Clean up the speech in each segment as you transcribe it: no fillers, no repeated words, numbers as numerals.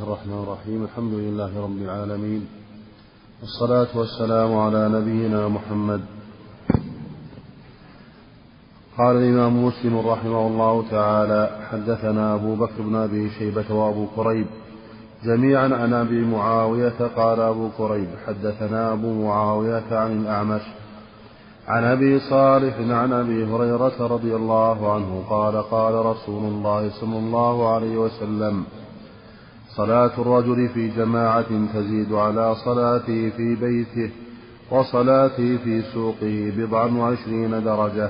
الرحمن الرحيم. الحمد لله رب العالمين، والصلاة والسلام على نبينا محمد. قال الإمام مسلم رحمه الله تعالى: حدثنا أبو بكر بن أبي شيبة وأبو كريب جميعا عن أبي معاوية. قال أبو كريب: حدثنا أبو معاوية عن الأعمش عن أبي صالح عن أبي هريرة رضي الله عنه قال: قال رسول الله صلى الله عليه وسلم: صلاة الرجل في جماعة تزيد على صلاته في بيته وصلاته في سوقه 27 درجة،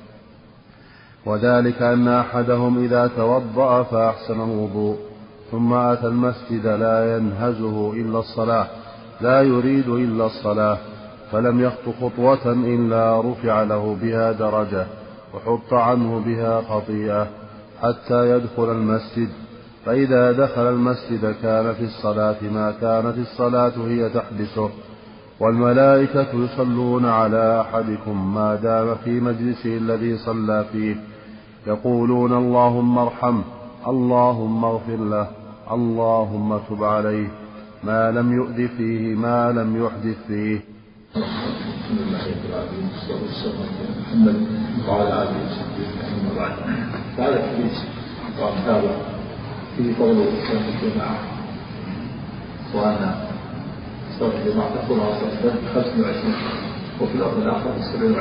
وذلك أن أحدهم إذا توضأ فأحسن الوضوء ثم أتى المسجد لا ينهزه إلا الصلاة، لا يريد إلا الصلاة، فلم يخط خطوة إلا رفع له بها درجة وحط عنه بها خطيئة حتى يدخل المسجد، فإذا دخل المسجد كان في الصلاة ما كانت الصلاة هي تحبسه، والملائكة يصلون على أحدكم ما دام في مجلسه الذي صلى فيه، يقولون: اللهم ارحمه، اللهم اغفر له، اللهم تب عليه، ما لم يؤذ فيه، ما لم يحدث فيه. الحمد لله رب العالمين، والصلاة والسلام على محمد وعلى آله وصحبه أجمعين. بعد هذا الحديث وهذا في قول صلاة الجماعة، وأن صلاة الجماعة تكون على صلاة 25 وفي الأرض الآخر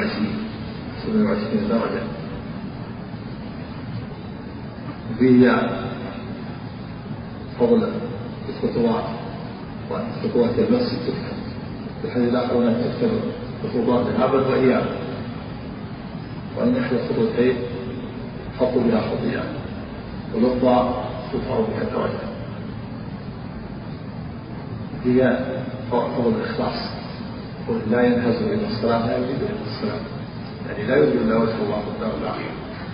27 درجة. وفيه فضل الخطوات وأن خطوات المسجد تذكر في الحديث الآخر، وأن تذكر خطوات الأبد وإياه، وأن إحدى الخطوتين حطوا بها خطيئة والأخرى ترفع بها درجة. هي فضل الإخلاص، لا ينهز إلى الصلاة، لا يريد إلى الصلاة، يعني لا يريد إلا وجه الله في الدار الآخرة،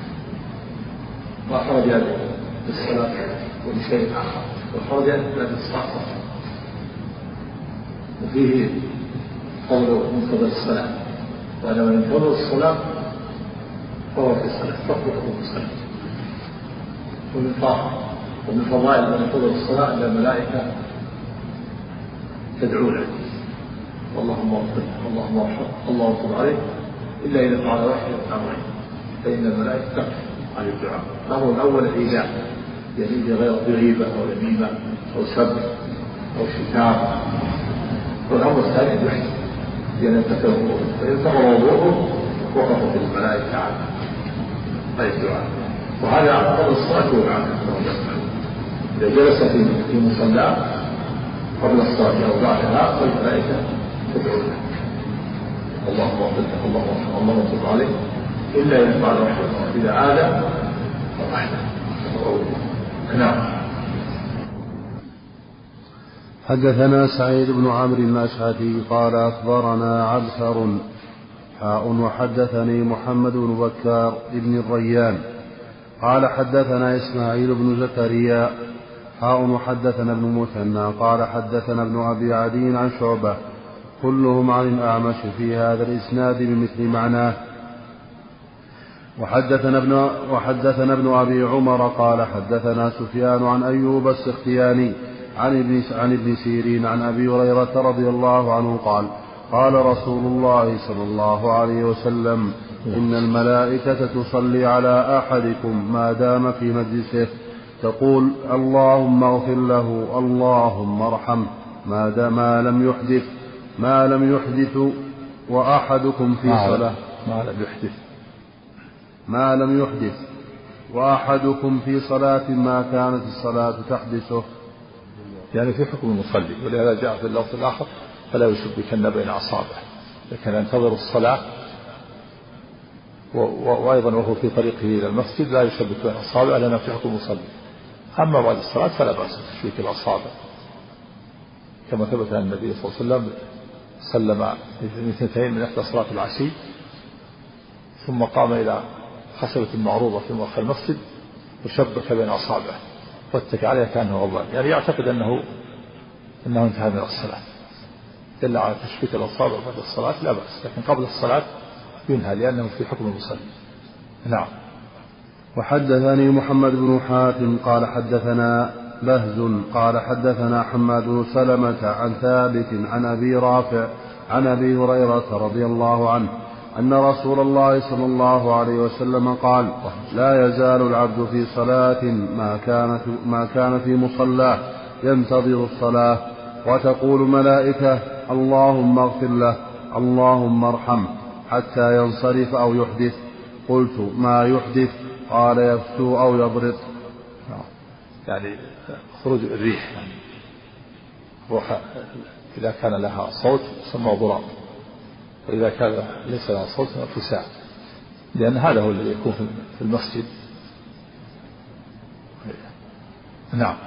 ما خرج للصلاة ولشيء آخر، وخرج للصلاة. وفيه قول منتظر الصلاة، وأنا من ينتظر الصلاة فهو في الصلاة، تطلق الصلاة. ومن فضائل من ينتظر الصلاة أن الملائكة تدعو له: اللهم اغفر له، اللهم ارحمه، اللهم تب عليه، إلا إذا فعل واحد من أمرين، فإن الملائكة تقف عن الدعاء. الأمر الأول الإيذاء، يعني غير بغيبة أو نميمة أو سب أو شتام. والأمر الثاني الوحي، يعني تكره، فإن تقر وضوءه وقفت الملائكة عنه الدعاء. وهذا أفضل الصلاة والعافية. إذا جلس في مصلاه قبل الصلاة أو بعدها فالملائكة تدعو له: اللهم اغفر له، اللهم ارحمه، اللهم تب عليه، إلا إذا فعل واحد، إذا عاد فرحمه. نعم. حدثنا سعيد بن عمرو الأشعثي قال: أخبرنا عبثر وحدثني محمد بن بكار بن الريان قال: حدثنا إسماعيل بن زكريا وحدثنا ابن مثنى قال: حدثنا ابن أبي عدي عن شعبة، كلهم عن الأعمش في هذا الإسناد بمثل معناه. وحدثنا ابن أبي عمر قال: حدثنا سفيان عن أيوب السختياني عن ابن سيرين عن أبي هريرة رضي الله عنه قال: قال رسول الله صلى الله عليه وسلم: إن الملائكة تصلي على أحدكم ما دام في مجلسه، تقول: اللهم اغفر له، اللهم ارحمه، ما لم يحدث وأحدكم في صلاة وأحدكم في صلاة ما كانت الصلاة تحبسه، يعني في حكم المصلي. ولهذا جاء في اللفظ الآخر: فلا يشبكن بين أصابعه، لكن ينتظر الصلاة وأيضا وهو في طريقه إلى المسجد لا يشبك بين أصابعه، لأنه في حكم المصلي. أما بعد الصلاة فلا بأس بتشبيك الأصابع، كما ثبت أن النبي صلى الله عليه وسلم سلم من 2 من إحدى صلاة العشي، ثم قام إلى خشبة معروضة في مؤخر المسجد وشبك بين أصابعه واتكى عليها كأنه غضبان، يعني يعتقد أنه انتهى من الصلاة. دل على تشبيك الأصابع بعد الصلاة لا بأس، لكن قبل الصلاة ينهى لأنه في حكم المصلي. نعم. وحدثني محمد بن حاتم قال: حدثنا بهز قال حدثنا حماد بن سلمة عن ثابت عن أبي رافع عن أبي هريرة رضي الله عنه أن رسول الله صلى الله عليه وسلم قال لا يزال العبد في صلاة ما كان في مصلاه ينتظر الصلاة وتقول ملائكة اللهم اغفر له اللهم ارحمه حتى ينصرف أو يحدث. قلت ما يحدث؟ قال يفتو أو يبرق. يعني خروج الريح، يعني روح إذا كان لها صوت يسمى ضراب، وإذا كان ليس لها صوت فساء، لأن هذا هو الذي يكون في المسجد. نعم،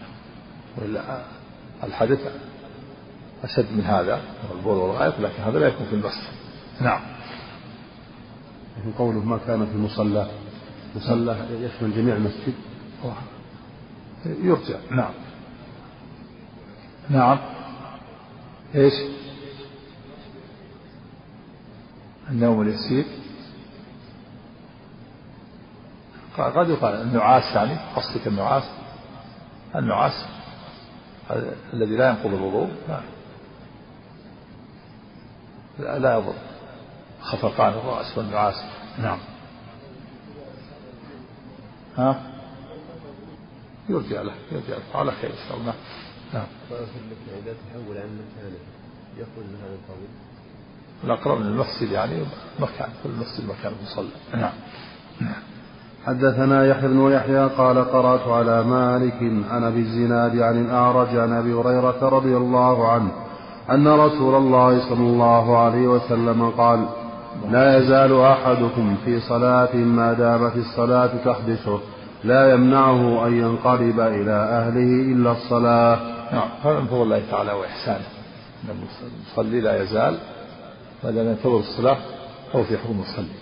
الحدث أشد من هذا والبول والغائط، لكن هذا لا يكون في المسجد. نعم. قوله ما كان في مصلى يشمل جميع المسجد يرجع. نعم. نعم. ايش؟ النوم اليسير قد يقال النعاس، يعني قصدك النعاس الذي لا ينقض الوضوء لا يضر، خفقان الرأس والنعاس. نعم. يرجع له على خير إن شاء الله. نعم. إذا تحول عن مكانه يخرج من هذا القول. الأقرب من المسجد، يعني مكان في المسجد مكان المصلى. نعم. حدثنا يحيى بن يحيى قال قرأت على مالك عن أبي الزناد عن الأعرج عن أبي هريرة رضي الله عنه أن رسول الله صلى الله عليه وسلم قال لا يزال أحدكم في صلاة ما دامت الصلاة تحدثه لا يمنعه أن ينقلب إلى أهله إلا الصلاة. نعم، هذا من فضل الله تعالى وإحسانه، المصلي لا يزال ما دام ينتظر الصلاة هو في حكم المصلي.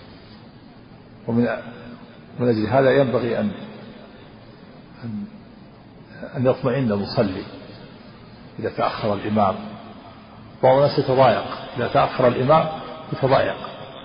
ومن أجل هذا ينبغي أن يطمئن المصلي إذا تأخر الإمام. بعض الناس يتضايق إذا تأخر الإمام، يتضايق،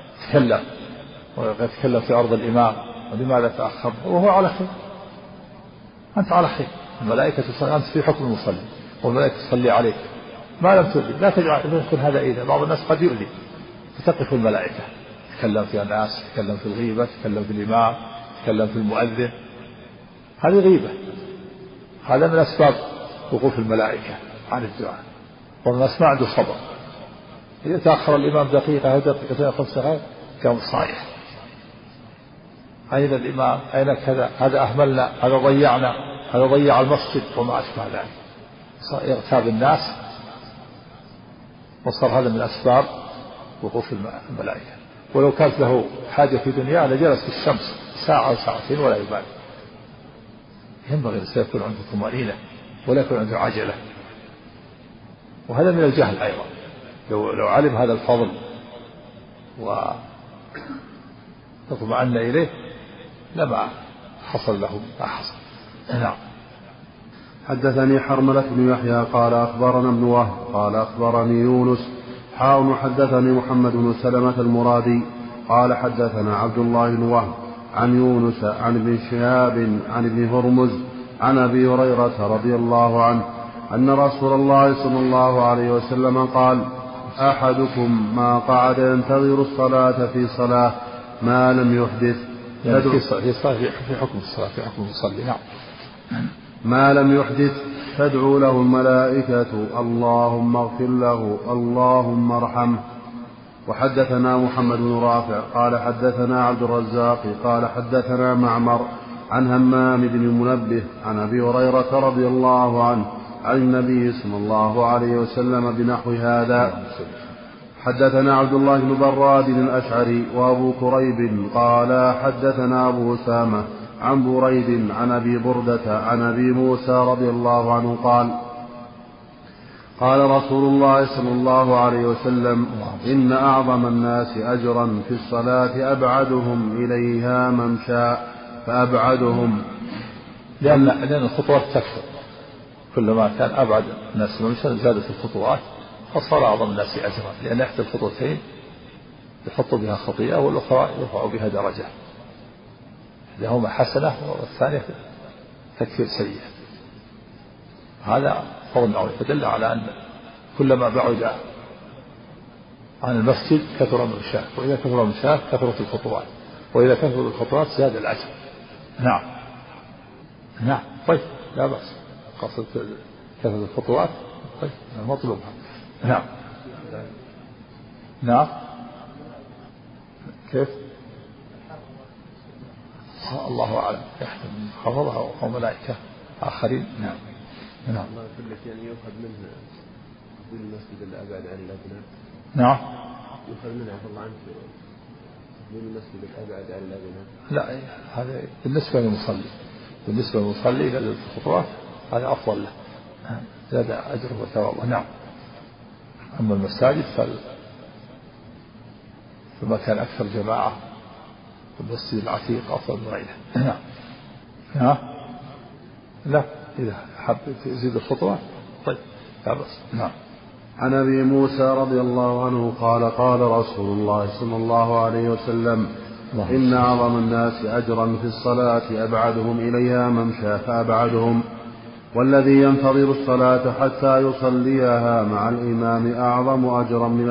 يتكلم في أرض الإمام، ولماذا تأخر وهو على خير، أنت على خير، الملائكة تصلي، أنت في حكم المصلي والملائكة تصلي عليك ما لم تؤذي. لا تجعل يكون هذا إذا بعض الناس قد يؤذي فتقف الملائكة، تكلم في الناس، تكلم في الغيبة، تكلم في الإمام، تكلم في المؤذن، هذه غيبة. هذا من أسباب وقوف الملائكة عن الدعاء. والناس ما عنده صبر، إذا تأخر الإمام دقيقة أو دقيقتين 5 دقائق كان صايح، أين الإمام، أين كذا، هذا أهملنا، هذا ضيعنا، هذا ضيع المسجد وما أشبه ذلك، يغتاب الناس. وصار هذا من أسباب وقوف الملائكة. ولو كانت له حاجة في دنيا لجلس في الشمس ساعة أو ساعتين ولا يبالي. ينبغي أن يكون عنده طمأنينة ولا يكون عنده عجلة، وهذا من الجهل أيضا. لو علم هذا الفضل وتطمئن إليه لما حصل له ما حصل. نعم. حدثني حرملة بن يحيى قال أخبرنا ابن وهب قال أخبرني يونس حدثني محمد بن سلمة المرادي قال حدثنا عبد الله بن وهب عن يونس عن ابن شهاب عن ابن هرمز عن أبي هريرة رضي الله عنه أن رسول الله صلى الله عليه وسلم قال أحدكم ما قعد ينتظر الصلاة في صلاة ما لم يحدث، يعني في حكم الصلاة، في حكم المصلي. نعم. ما لم يحدث تدعو له الملائكة اللهم اغفر له اللهم ارحمه. وحدثنا محمد بن رافع قال حدثنا عبد الرزاق قال حدثنا معمر عن همام بن المنبه عن أبي هريرة رضي الله عنه عن النبي صلى الله عليه وسلم بنحو هذا. حدثنا عبد الله بن براد الأشعري وأبو كريب قال حدثنا أبو أسامة عن بريد عن أبي بردة عن أبي موسى رضي الله عنه قال رسول الله صلى الله عليه وسلم إن أعظم الناس أجرا في الصلاة أبعدهم إليها ممشى فأبعدهم، لأن الخطوات تكثر، كلما كان أبعد الناس ممشى زادت الخطوات فصار أعظم الناس أجرا، لأن إحدى الخطوتين يحط بها خطيئة والأخرى يرفع بها درجة، إحداهما حسنة والثانية تكفير سيئة. هذا فضل عظيم، فدل على أن كلما بعد عن المسجد كثر من المشاة، وإذا كثر من المشاة كثرت الخطوات، وإذا كثرت الخطوات زاد الأجر. نعم نعم. طيب لا بأس، قصد كثرة الخطوات طيب مطلوب. نعم نعم. كيف؟ الله أعلم، يحتمل حفظها أو ملائكة آخرين. نعم نعم. الله يقول لك يعني يؤخذ منه في المسجد الأبعد عن الأبناء. نعم. يؤخذ منه عفى الله عنك في المسجد الأبعد عن الأبناء. لا، هذا بالنسبة للمصلي، بالنسبة للمصلي إذا زادت الخطوات هذا أفضل له، زاد أجره وثوابه. نعم. أما المساجد فما كان أكثر جماعة المسجد العتيق أفضل من غيره. نعم. نعم. لا، إذا حب يزيد الخطوات طيب لا بأس. نعم. عن أبي موسى رضي الله عنه قال قال رسول الله صلى الله عليه وسلم: إن أعظم الناس أجرا في الصلاة أبعدهم إليها ممشى فأبعدهم، والذي ينتظر الصلاة حتى يصليها مع الإمام أعظم أجرا من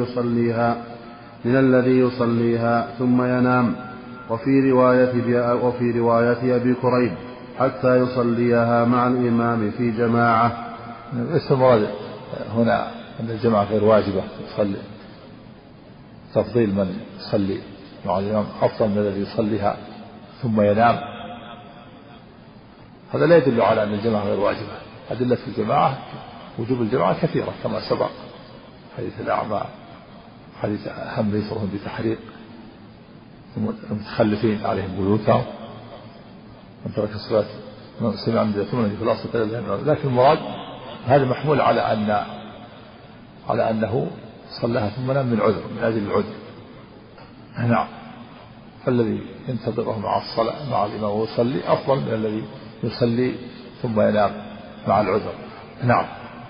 الذي يصليها ثم ينام. وفي رواية أبي كريب: حتى يصليها مع الإمام في جماعة. ليس المراد هنا أن الجماعة غير واجبة، يصلي تفضيل من يصلي مع الإمام أفضل من الذي يصليها ثم ينام، هذا لا يدل على أن الجماعة غير واجبة. أدلة الجماعة وجوب الجماعة كثيرة كما سبق، حديث الأعمى، حديث هم يصرهم بتحريق المتخلفين عليهم بيوتهم، من ترك الصلاة من سمع من يتمنى في الأصل. لكن المراد هذا محمول على أنه صلىها ثم نام من عذر، من أجل العذر. نعم. فالذي ينتظره مع الصلاة مع الإمام ويصلي أفضل من الذي يصلي ثم ينام مع العذر. نعم.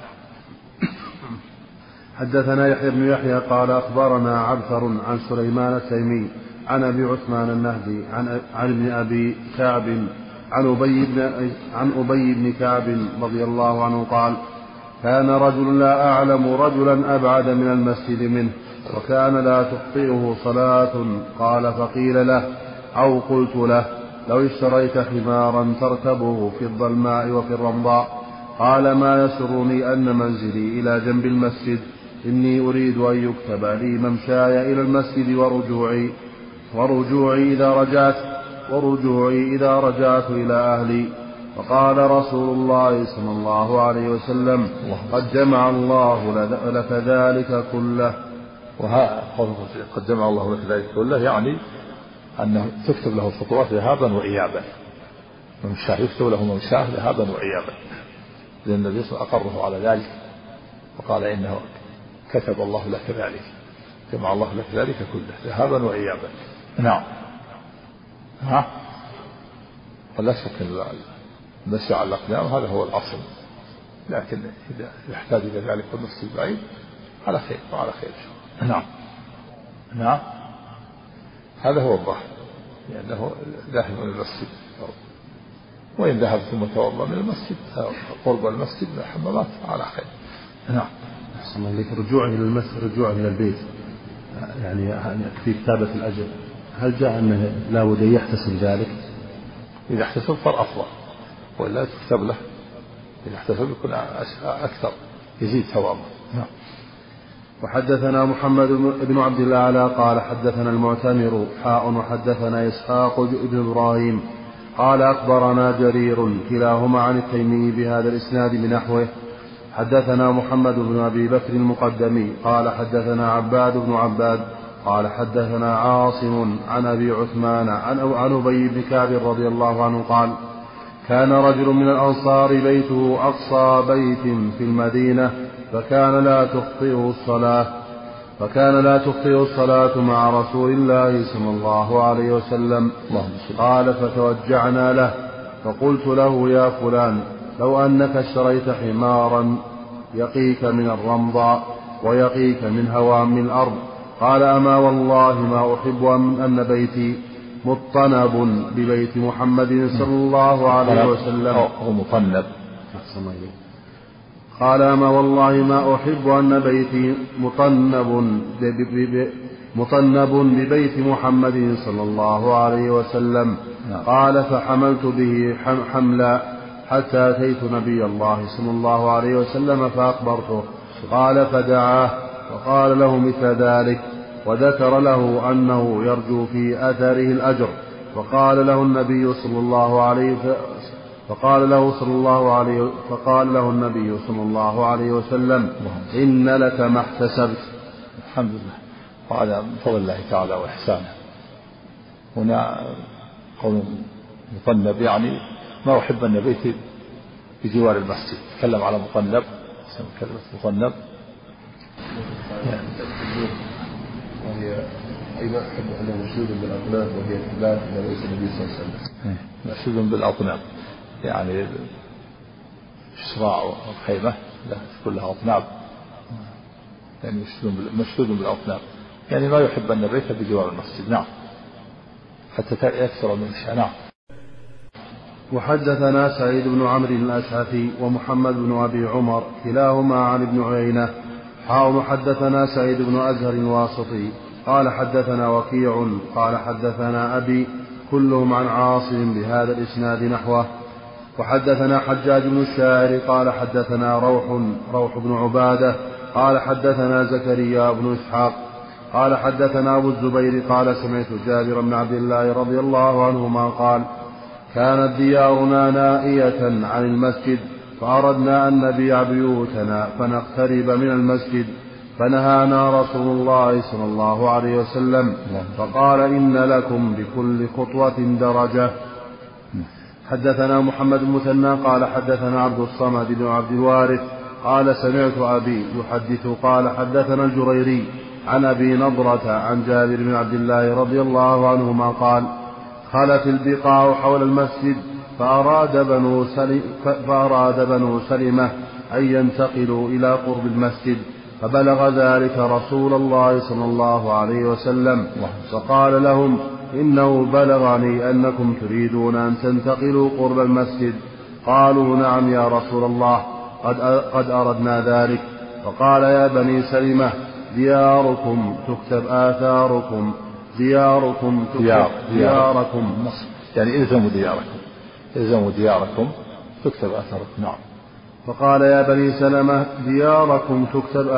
حدثنا يحيى بن يحيى قال أخبرنا عبثر عن سليمان التيمي عن أبي عثمان النهدي عن ابن أبي كعب عن أبي بن كعب رضي الله عنه قال: كان رجل لا أعلم رجلا أبعد من المسجد منه، وكان لا تخطئه صلاة. قال فقيل له أو قلت له: لو اشتريت حمارا تركبه في الظلماء وفي الرمضاء. قال: ما يسرني أن منزلي إلى جنب المسجد، إني أريد أن يكتب لي ممشاي إلى المسجد ورجوعي إذا رجعت إلى أهلي. فقال رسول الله صلى الله عليه وسلم: قد جمع الله لك ذلك كله. قد جمع الله لك ذلك كله يعني أنه تكتب له الخطوات ذهابا وإيابا، ممشاه يكتب له ممشاه ذهابا وإيابا، لأن النبي صلى الله عليه وسلم أقره على ذلك وقال: إنه كتب الله لك ذلك، جمع الله لك ذلك كله ذهابا وإيابا. نعم. ولا شك أن المشي على الأقدام هذا هو الأصل، لكن إذا يحتاج إلى ذلك والنص البعيد على خير وعلى خير. نعم. نعم. هذا هو الظاهر، لأنه ذاهب من المسجد، وإن ذهب ثم توضأ من المسجد قرب المسجد من الحمامات على خير. نعم. أحسن الله إليك. رجوعه إلى المسجد، رجوعه إلى البيت، يعني في كتابة الأجر، هل جاء أنه لا بد أن يحتسب ذلك؟ إذا احتسب فالأفضل، ولا تكتب له، إذا احتسب يكون أكثر يزيد ثوابه. نعم. وحدثنا محمد بن عبد الأعلى قال حدثنا المعتمر وحدثنا إسحاق بن إبراهيم قال أخبرنا جرير كلاهما عن التيمي بهذا الإسناد بنحوه. حدثنا محمد بن أبي بكر المقدمي قال حدثنا عباد بن عباد قال حدثنا عاصم عن أبي عثمان عن أبي بن كعب رضي الله عنه قال: كان رجل من الأنصار بيته أقصى بيت في المدينة، فكان لا تخطئ الصلاة مع رسول الله صلى الله عليه وسلم. قال: فتوجعنا له، فقلت له: يا فلان، لو أنك اشتريت حمارا يقيك من الرمضاء ويقيك من هوام الأرض. قال: أما والله ما أحب أن بيتي مطنب ببيت محمد صلى الله عليه وسلم. هو مطنب قال أما والله ما أحب أن بيتي مطنب ببيت محمد صلى الله عليه وسلم. قال فحملت به حملا حتى أتيت نبي الله صلى الله عليه وسلم فأخبرته. قال فدعاه وقال له مثل ذلك وذكر له أنه يرجو في أثره الأجر. فقال له النبي صلى الله عليه وسلم إن لك ما احتسبت. الحمد لله. وعلى فضل الله تعالى وإحسانه. هنا قول مطنب يعني ما أحب أن بيتي بجوار المسجد. تكلم على مطنب، كلمة مطنب وهي أيضا أحب أنه مشدود بالأطناب وهي اتباع ليس النبي صلى الله عليه وسلم. مشدود بالأطناب يعني الشراع والخيمة كلها أطناب يعني مشدود بالأطناب يعني ما يحب أن بيته بجوار المسجد. نعم حتى يكثر من شيء. نعم. وحدثنا سعيد بن عمرو الأشعثي ومحمد بن أبي عمر كلاهما عن ابن عيينة. حدثنا سعيد بن أزهر الواسطي قال حدثنا وكيع قال حدثنا أبي كلهم عن عاصم بهذا الإسناد نحوه. وحدثنا حجاج بن الشاعر قال حدثنا روح بن عبادة قال حدثنا زكريا بن إسحاق قال حدثنا أبو الزبير قال سمعت جابر بن عبد الله رضي الله عنهما قال كانت ديارنا نائية عن المسجد فأردنا أن نبيع بيوتنا فنقترب من المسجد فنهانا رسول الله صلى الله عليه وسلم فقال إن لكم بكل خطوة درجة. حدثنا محمد بن مثنى قال حدثنا عبد الصمد بن عبد الوارث قال سمعت أبي يحدث قال حدثنا الجريري عن أبي نضرة عن جابر بن عبد الله رضي الله عنهما قال خلت البقاع حول المسجد فأراد بنو سلمة أن ينتقلوا إلى قرب المسجد فبلغ ذلك رسول الله صلى الله عليه وسلم فقال لهم إنه بلغني أنكم تريدون أن تنتقلوا قرب المسجد. قالوا نعم يا رسول الله قد أردنا ذلك. فقال يا بني سلمة دياركم تكتب آثاركم يعني إلزموا دياركم تكتب آثاركم. نعم. فقال يا بني سلمة دياركم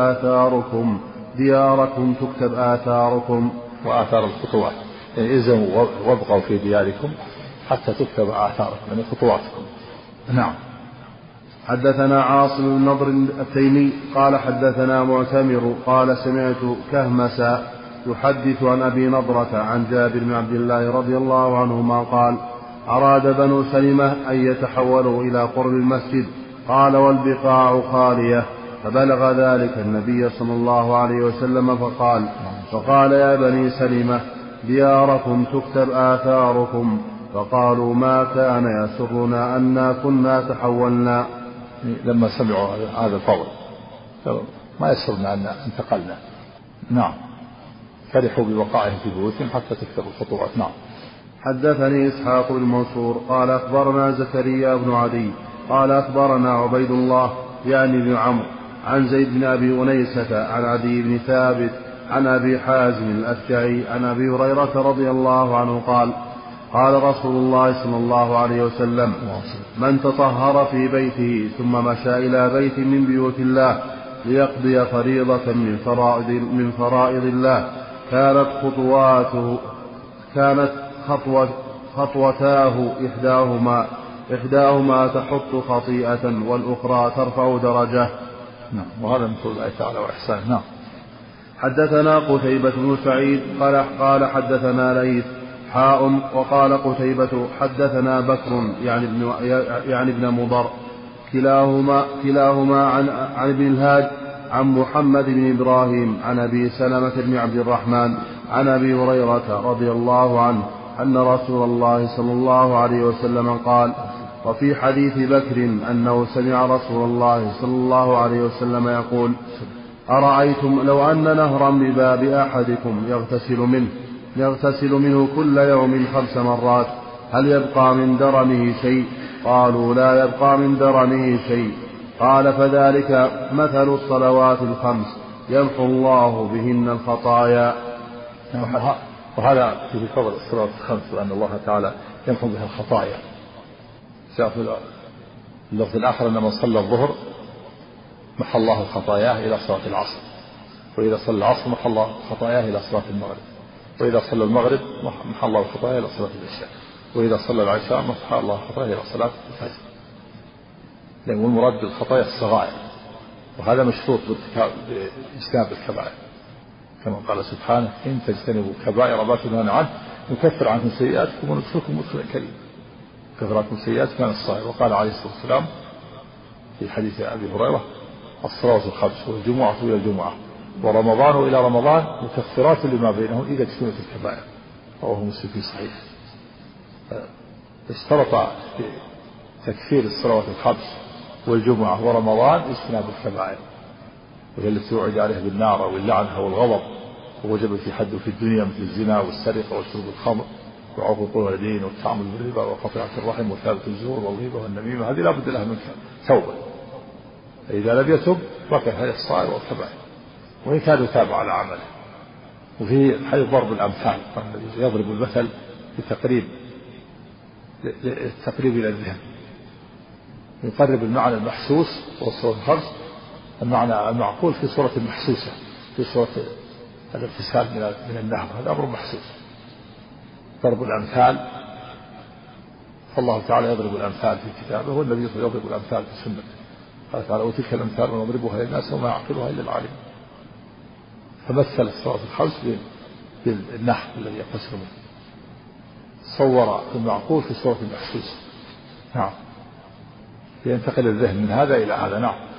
تكتب آثاركم وآثار الخطوات يعني إلزموا وابقوا في دياركم حتى تكتب آثاركم يعني خطواتكم. نعم. حدثنا عاصم بن نضر التيمي قال حدثنا معتمر قال سمعت كهمسا يحدث عن أبي نضرة عن جابر بن عبد الله رضي الله عنهما قال أراد بنو سلمة أن يتحولوا إلى قرب المسجد قال والبقاع خالية فبلغ ذلك النبي صلى الله عليه وسلم فقال يا بني سلمة دياركم تكتب آثاركم فقالوا ما كان يسرنا أنا كنا تحولنا. لما سمعوا هذا القول ما يسرنا أن انتقلنا. نعم. فرحوا بوقائهم في بيوتهم حتى تكتب الخطوات. نعم. حدثني إسحاق بن منصور قال أخبرنا زكريا بن عدي قال أخبرنا عبيد الله يعني بن عمرو عن زيد بن أبي أنيسة عن عدي بن ثابت عن أبي حازم الأشجعي عن أبي هريرة رضي الله عنه قال رسول الله صلى الله عليه وسلم من تطهر في بيته ثم مشى إلى بيت من بيوت الله ليقضي فريضة من فرائض الله كانت خطوتاه إحداهما تحط خطيئة والأخرى ترفع درجة. نعم. وهذا من فضل الله تعالى وإحسانه. نعم. حدثنا قتيبة بن سعيد قال حدثنا ليث وقال قتيبة حدثنا بكر يعني ابن مضر كلاهما عن ابن الهاد عن محمد بن إبراهيم عن أبي سلمة بن عبد الرحمن عن أبي هريرة رضي الله عنه أن رسول الله صلى الله عليه وسلم قال وفي حديث بكر أنه سمع رسول الله صلى الله عليه وسلم يقول أرأيتم لو أن نهرا بباب أحدكم يغتسل منه كل يوم 5 مرات هل يبقى من درنه شيء؟ قالوا لا يبقى من درنه شيء. قال فذلك مثل الصلوات الخمس يمحو الله بهن الخطايا. وهذا في فضل الصلوات الخمس وأن الله تعالى يمحو بها الخطايا. جاء في اللفظ الآخر أن من صلى الظهر محى الله خطاياه إلى صلاة العصر، وإذا صلى العصر محى الله خطاياه إلى صلاة المغرب، وإذا صلى المغرب محى الله خطاياه إلى صلاة العشاء، وإذا صلى العشاء محى الله خطاياه إلى صلاة الفجر. لأن المراد بالخطايا الصغائر، وهذا مشروط باجتناب الكبائر، كما قال سبحانه إن تجتنبوا كبائر ما تنهون عنه نكفر عنكم سيئاتكم وندخلكم مدخلا كريما. كفر عنكم سيئاتكم عن الصغائر. وقال عليه الصلاة والسلام في حديث أبي هريرة الصلوات الخمس والجمعة إلى الجمعة ورمضان إلى رمضان مكفرات لما بينهم إذا اجتنبت الكبائر. رواه مسلم في صحيح. اشترط في تكفير الصلوات الخمس والجمعة ورمضان اجتناب الكبائر، وهي التي وعد عليها بالنار أو اللعنة أو الغضب، ووجب في حد في الدنيا مثل الزنا والسرقة وشرب الخمر وعقوق الوالدين والتعامل بالربا وقطيعة الرحم وثابت الزور والغيبة والنميمة. هذه لا بد لها من توبة، فإذا لم يتب بقي هذه الصائر والكبائر وإن كان يتابع على عمله. وفي حديث ضرب الأمثال الذي يضرب المثل لتقريب إلى الذهن، يقرب المعنى المحسوس والصورة الخمس المعنى المعقول في صورة محسوسة، في صورة الاغتسال من النهر، هذا أمر محسوس. ضرب الأمثال، فالله تعالى يضرب الأمثال في كتابه والنبي يضرب الأمثال في سنته. قال تعالى وتلك الأمثال ونضربها للناس وما يعقلها إلا العالم. فمثل الصلاة الخمس بالنحو الذي يقتصر منه، صور المعقول في صورة المحسوس. نعم، ينتقل الذهن من هذا إلى هذا. نعم.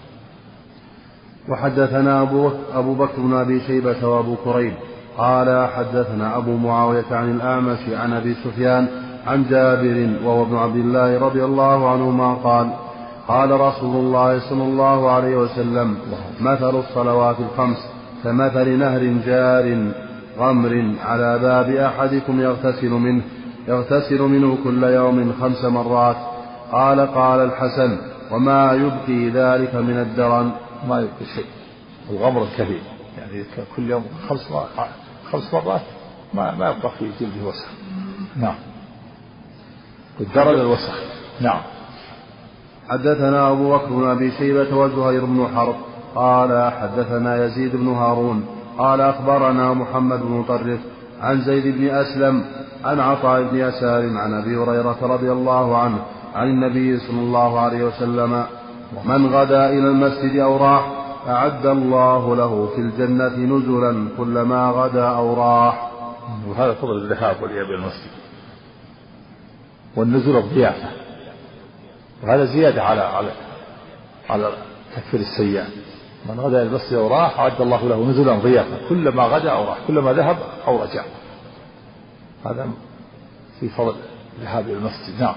وحدثنا أبو بكر بن أبي شيبة وأبو كريب قال حدثنا أبو معاوية عن الأعمش عن أبي سفيان عن جابر وهو ابن عبد الله رضي الله عنهما قال قال رسول الله صلى الله عليه وسلم مثل الصلوات الخمس كمثل نهر جار غمر على باب أحدكم يغتسل منه كل يوم 5 مرات. قال الحسن وما يبقي ذلك من الدرن؟ ما يبقي شيء، الغمر الكثير يعني كل يوم 5 مرات ما يبقى في جلده وسخ. نعم، والدرن الوسخ. نعم. حدثنا أبو بكر بن أبي شيبة وزهير بن حرب قال حدثنا يزيد بن هارون قال أخبرنا محمد بن مطرف عن زيد بن أسلم عن عطاء بن يسار عن أبي هريرة رضي الله عنه عن النبي صلى الله عليه وسلم من غدا إلى المسجد أو راح أعد الله له في الجنة نزلا كلما غدا أو راح. وهذا فضل الذهاب والإياب إلى المسجد، والنزول الضيافة، وهذا زيادة على تكفير السيئات. من غدا إلى المسجد أو راح أعد الله له نزلا ضيافة كلما غدا أو راح، كلما ذهب أو رجع. هذا في فضل الذهاب إلى المسجد. نعم.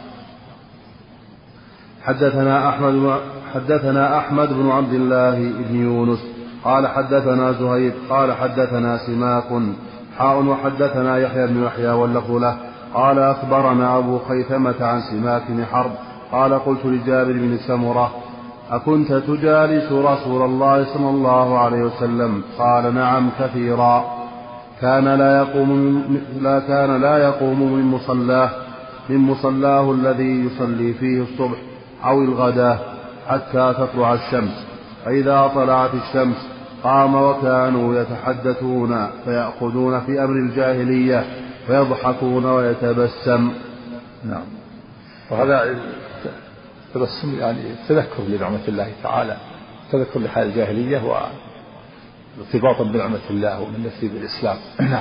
حدثنا أحمد بن عبد الله بن يونس قال حدثنا زهير قال حدثنا سماك وحدثنا يحيى بن يحيى واللفظ له قال أخبرنا أبو خيثمة عن سماك بن حرب قال قلت لجابر بن سمرة أكنت تجالس رسول الله صلى الله عليه وسلم؟ قال نعم كثيرا. كان لا يقوم من مصلاه الذي يصلي فيه الصبح أو الغداة حتى تطلع الشمس، فإذا طلعت الشمس قام وكانوا يتحدثون فيأخذون في أمر الجاهلية فيضحكون ويتبسم. نعم. وهذا تبسم يعني تذكر لنعمة الله تعالى، تذكر لحال الجاهلية وارتباطا بنعمة الله ومن نفسه بالإسلام. نعم.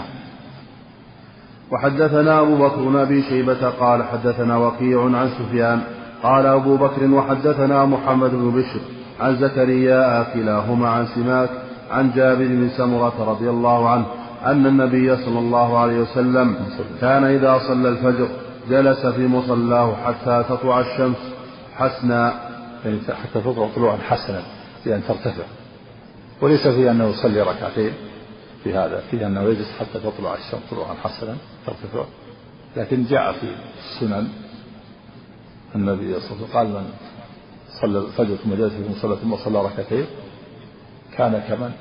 وحدثنا أبو بكر بن أبي شيبة قال حدثنا وكيع عن سفيان قال أبو بكر وحدثنا محمد بن بشر عن زكريا كلاهما عن سماك عن جابر بن سمرة رضي الله عنه أن النبي صلى الله عليه وسلم كان إذا صلى الفجر جلس في مصلاه حتى تطلع الشمس حسنا، يعني حتى تطلع طلوعا حسنا بأن ترتفع، وليس في أنه يصلي ركعتين، في هذا فيه أنه يجلس حتى تطلع الشمس طلوعا حسنا ترتفع. لكن جاء في السنن النبي صلى الله عليه وسلم قال من صلى الفجر ثم جلس في المصلى ثم صلى ركعتين كان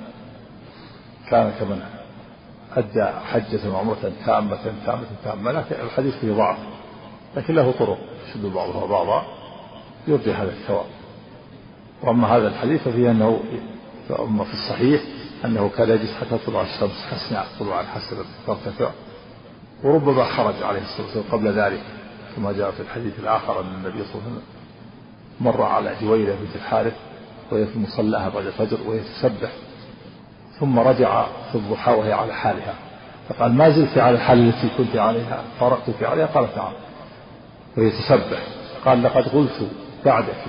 كمن أدى حجة وعمرة تامة، لكن الحديث فيه ضعف، لكن له طرق يشد بعضها بعضا يرجي هذا الثواب. وأما هذا الحديث ففيه أنه في الصحيح أنه كان يجلس حتى تطلع الشمس حسنا طلوعا حسنا ترتفع، وربما خرج عليه الصلاة والسلام قبل ذلك كما جاء في الحديث الآخر أن النبي صلى الله عليه وسلم مر على جويرة بنت الحارث وهي في مصلاها بعد الفجر وهي تسبح، ثم رجع في الضحى وهي على حالها، فقال ما زلت على الحال التي كنت عليها فارقتك عليها؟ قالت نعم، وهي تسبح. قال لقد قلت بعدك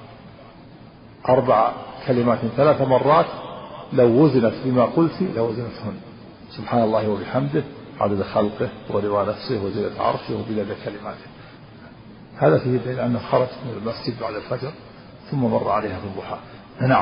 4 كلمات 3 مرات لو وزنت بما قلت لوزنتهن، سبحان الله وبحمده عدد خلقه ورضا نفسه وزنة عرشه وبلاد كلماته. هذا فيه دليل أنه خرج من المسجد بعد الفجر ثم مر عليها في الضحى. نعم.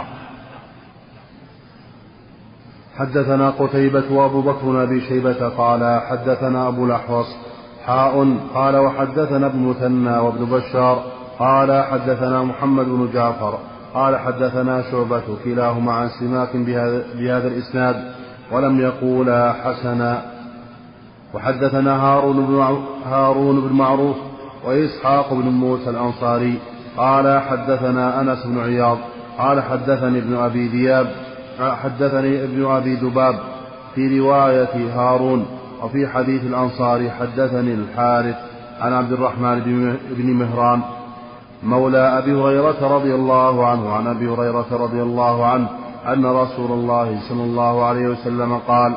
حدثنا قتيبة وأبو بكر بن أبي شيبة قال حدثنا أبو الأحوص قال وحدثنا ابن مثنى وابن بشار قال حدثنا محمد بن جعفر قال حدثنا شعبة كلاهما عن سماك بهذا الإسناد ولم يقولا حسنا. وحدثنا هارون بن معروف وإسحاق بن موسى الأنصاري قال حدثنا أنس بن عياض قال حدثني ابن أبي ذباب في رواية هارون، وفي حديث الأنصاري حدثني الحارث عن عبد الرحمن بن مهران مولى أبي هريرة رضي الله عنه عن أبي هريرة رضي الله عنه أن رسول الله صلى الله عليه وسلم قال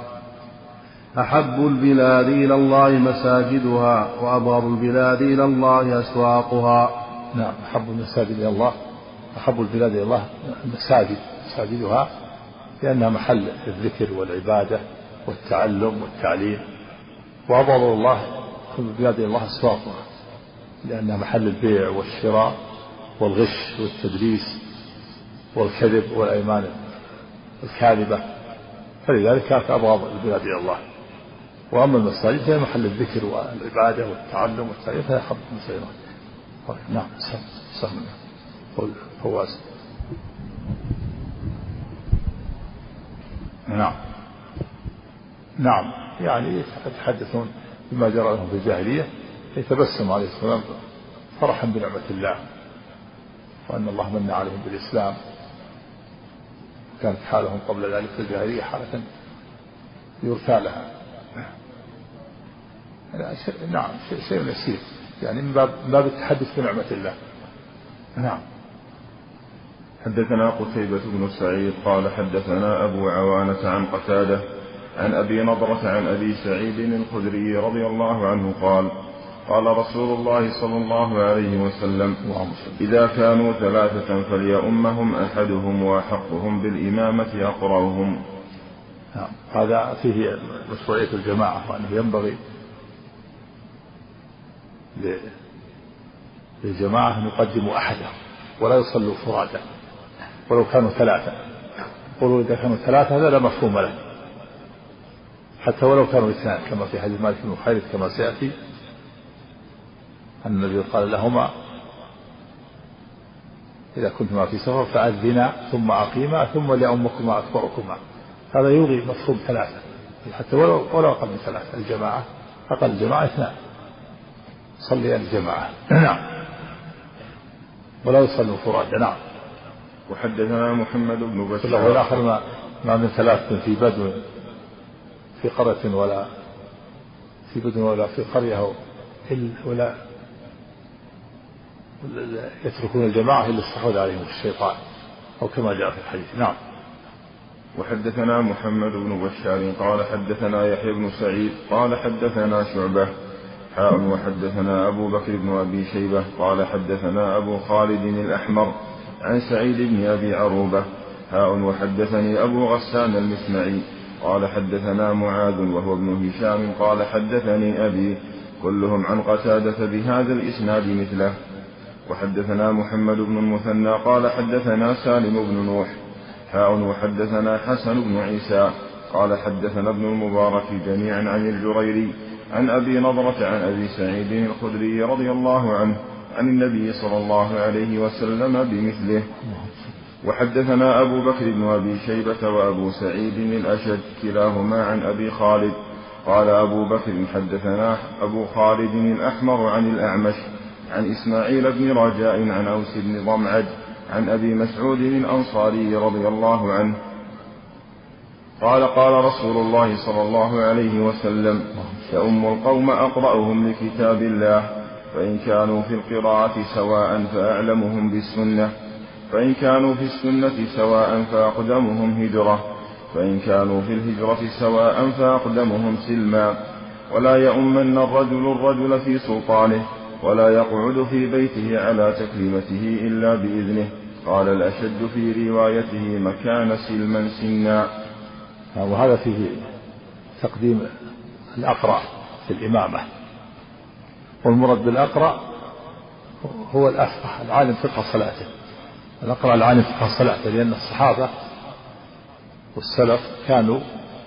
أحب البلاد إلى الله مساجدها وأبغض البلاد إلى الله أسواقها. نعم. أحب البلاد إلى الله مساجدها لأنها محل الذكر والعبادة والتعلم والتعليم، وأبغض البلاد إلى الله أسواقها لأنها محل البيع والشراء والغش والتدريس والكذب والأيمان الكاذبة، فلذلك كانت أبغض البلاد إلى الله. وأما المساجد هي محل الذكر والعبادة والتعلم والتعليم فهي أحب المساجد. نعم. فواز. نعم يعني يتحدثون بما جرى لهم في الجاهلية، يتبسم عليه السلام فرحا بنعمة الله وأن الله من عليهم بالإسلام. كانت حالهم قبل ذلك في الجاهلية حالة يرثى لها. نعم شيء يسير يعني من باب التحدث بنعمة الله. نعم. حدثنا قتيبة بن سعيد قال حدثنا أبو عوانة عن قتادة عن أبي نضرة عن أبي سعيد الخدري رضي الله عنه قال قال رسول الله صلى الله عليه وسلم إذا كانوا 3 فليؤمهم أحدهم وأحقهم بالإمامة أقرأهم. هذا فيه مشروعية الجماعة، وأنه ينبغي للجماعة أن يقدموا أحدا ولا يصلوا فرادا ولو كانوا 3. قولوا إذا كانوا 3 هذا لا مفهوم له، حتى ولو كانوا 2 كما في حديث مالك بن حويرث كما سيأتي أن النبي قال لهما إذا كنتما في سفر فأذنا ثم أقيما ثم ليؤمكما أكبركما. هذا يلغي مفهوم 3، حتى ولو أقل من 3. الجماعة أقل الجماعة 2 صلي الجماعة. نعم. ولا يصلوا فرادا. نعم. وحدثنا محمد بن بشار والآخر ما من 3 في بدو في قرية ولا في بدو ولا في قرية ولا يتركون الجماعة إلا استحوذ عليهم الشيطان أو كما جاء في الحديث. نعم. وحدثنا محمد بن بشار قال حدثنا يحيى بن سعيد قال حدثنا شعبة وحدثنا أبو بكر بن أبي شيبة قال حدثنا أبو خالد الأحمر عن سعيد بن أبي عروبة وحدثني أبو غسان المسمعي قال حدثنا معاذ وهو ابن هشام قال حدثني أبي كلهم عن قتادة بهذا الإسناد مثله. وحدثنا محمد بن المثنى قال حدثنا سالم بن نوح وحدثنا حسن بن عيسى قال حدثنا ابن المبارك جميعا عن الجريري عن أبي نضرة عن أبي سعيد الخدري رضي الله عنه عن النبي صلى الله عليه وسلم بمثله. وحدثنا أبو بكر بن أبي شيبة وأبو سعيد الأشج كلاهما عن أبي خالد قال أبو بكر حدثنا أبو خالد الأحمر عن الأعمش عن إسماعيل بن رجاء عن أوس بن ضمعج عن أبي مسعود الأنصاري رضي الله عنه قال قال رسول الله صلى الله عليه وسلم يؤم القوم أقرأهم لكتاب الله فإن كانوا في القراءة سواء فأعلمهم بالسنة فإن كانوا في السنة سواء فأقدمهم هجرة فإن كانوا في الهجرة سواء فأقدمهم سلما ولا يؤمن الرجل في سلطانه ولا يقعد في بيته على تكليمته إلا بإذنه. قال الأشد في روايته مكان سلما سنا. وهذا فيه تقديم الأقرأ في الإمامة، والمراد بالأقرأ هو الأفقه العالم فقه صلاته، الأقرأ العالم فقه صلاته، لأن الصحابة والسلف كانوا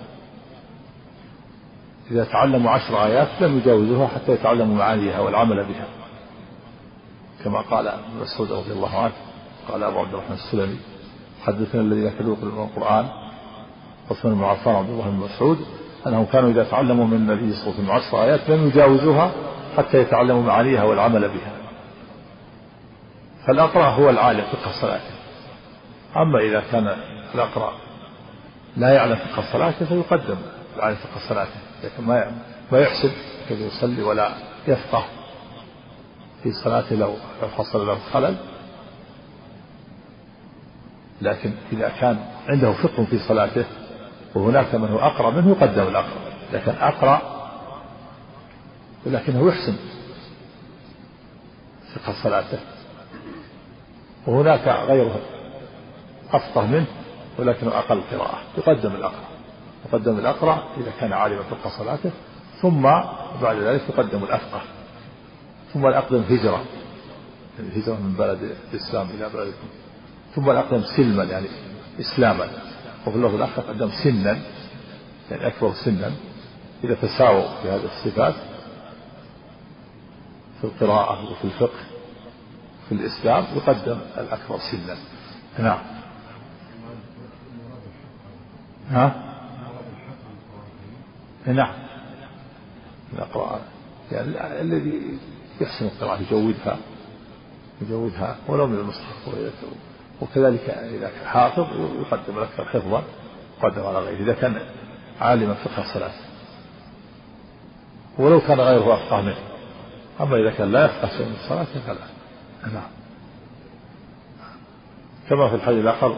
إذا تعلموا 10 آيات لم يجاوزوها حتى يتعلموا معانيها والعمل بها، كما قال ابن مسعود رضي الله عنه قال أبو عبد الرحمن السلمي حدثنا الذين كانوا يقرؤون القرآن عثمان بن عفان عبد الله بن مسعود أنهم كانوا إذا تعلموا من النبي صلى الله عليه وسلم 10 آيات لم يجاوزوها حتى يتعلموا معانيها والعمل بها. فالأقرأ هو العالم فقه صلاته. أما إذا كان الأقرأ لا يعلم فقه صلاته فيقدم العالم فقه صلاته، لكن ما يحسب كيف يصلي ولا يفقه في صلاته لو حصل له خلل. لكن إذا كان عنده فقه في صلاته وهناك من هو أقرأ منه يقدم الأقرأ، لكن أقرأ ولكنه يحسن فقه صلاته، وهناك غيره أفقه منه ولكنه أقل قراءة يقدم الأقرأ إذا كان عالما فقه صلاته، ثم بعد ذلك يقدم الأفقه، ثم الأقدم هجرة من بلد الإسلام إلى بلد، ثم الأقدم سلما يعني إسلاما، وفي اللفظ الآخر قدم سنا يعني أكبر سنا. إذا تساووا في هذه الصفات في القراءة وفي الفقه في الإسلام يقدم الأكبر سنا. نعم. نعم الأقرأ يعني الذي يحسن القراءة يجودها ولو من المصحف، وكذلك إذا كان حافظ يقدم الأكثر حفظا يقدم على غيره إذا كان عالما فقه الصلاة ولو كان غيره أفقه منه. أما إذا كان لا يفقه شيء من الصلاة فلا. نعم. كما في الحديث الآخر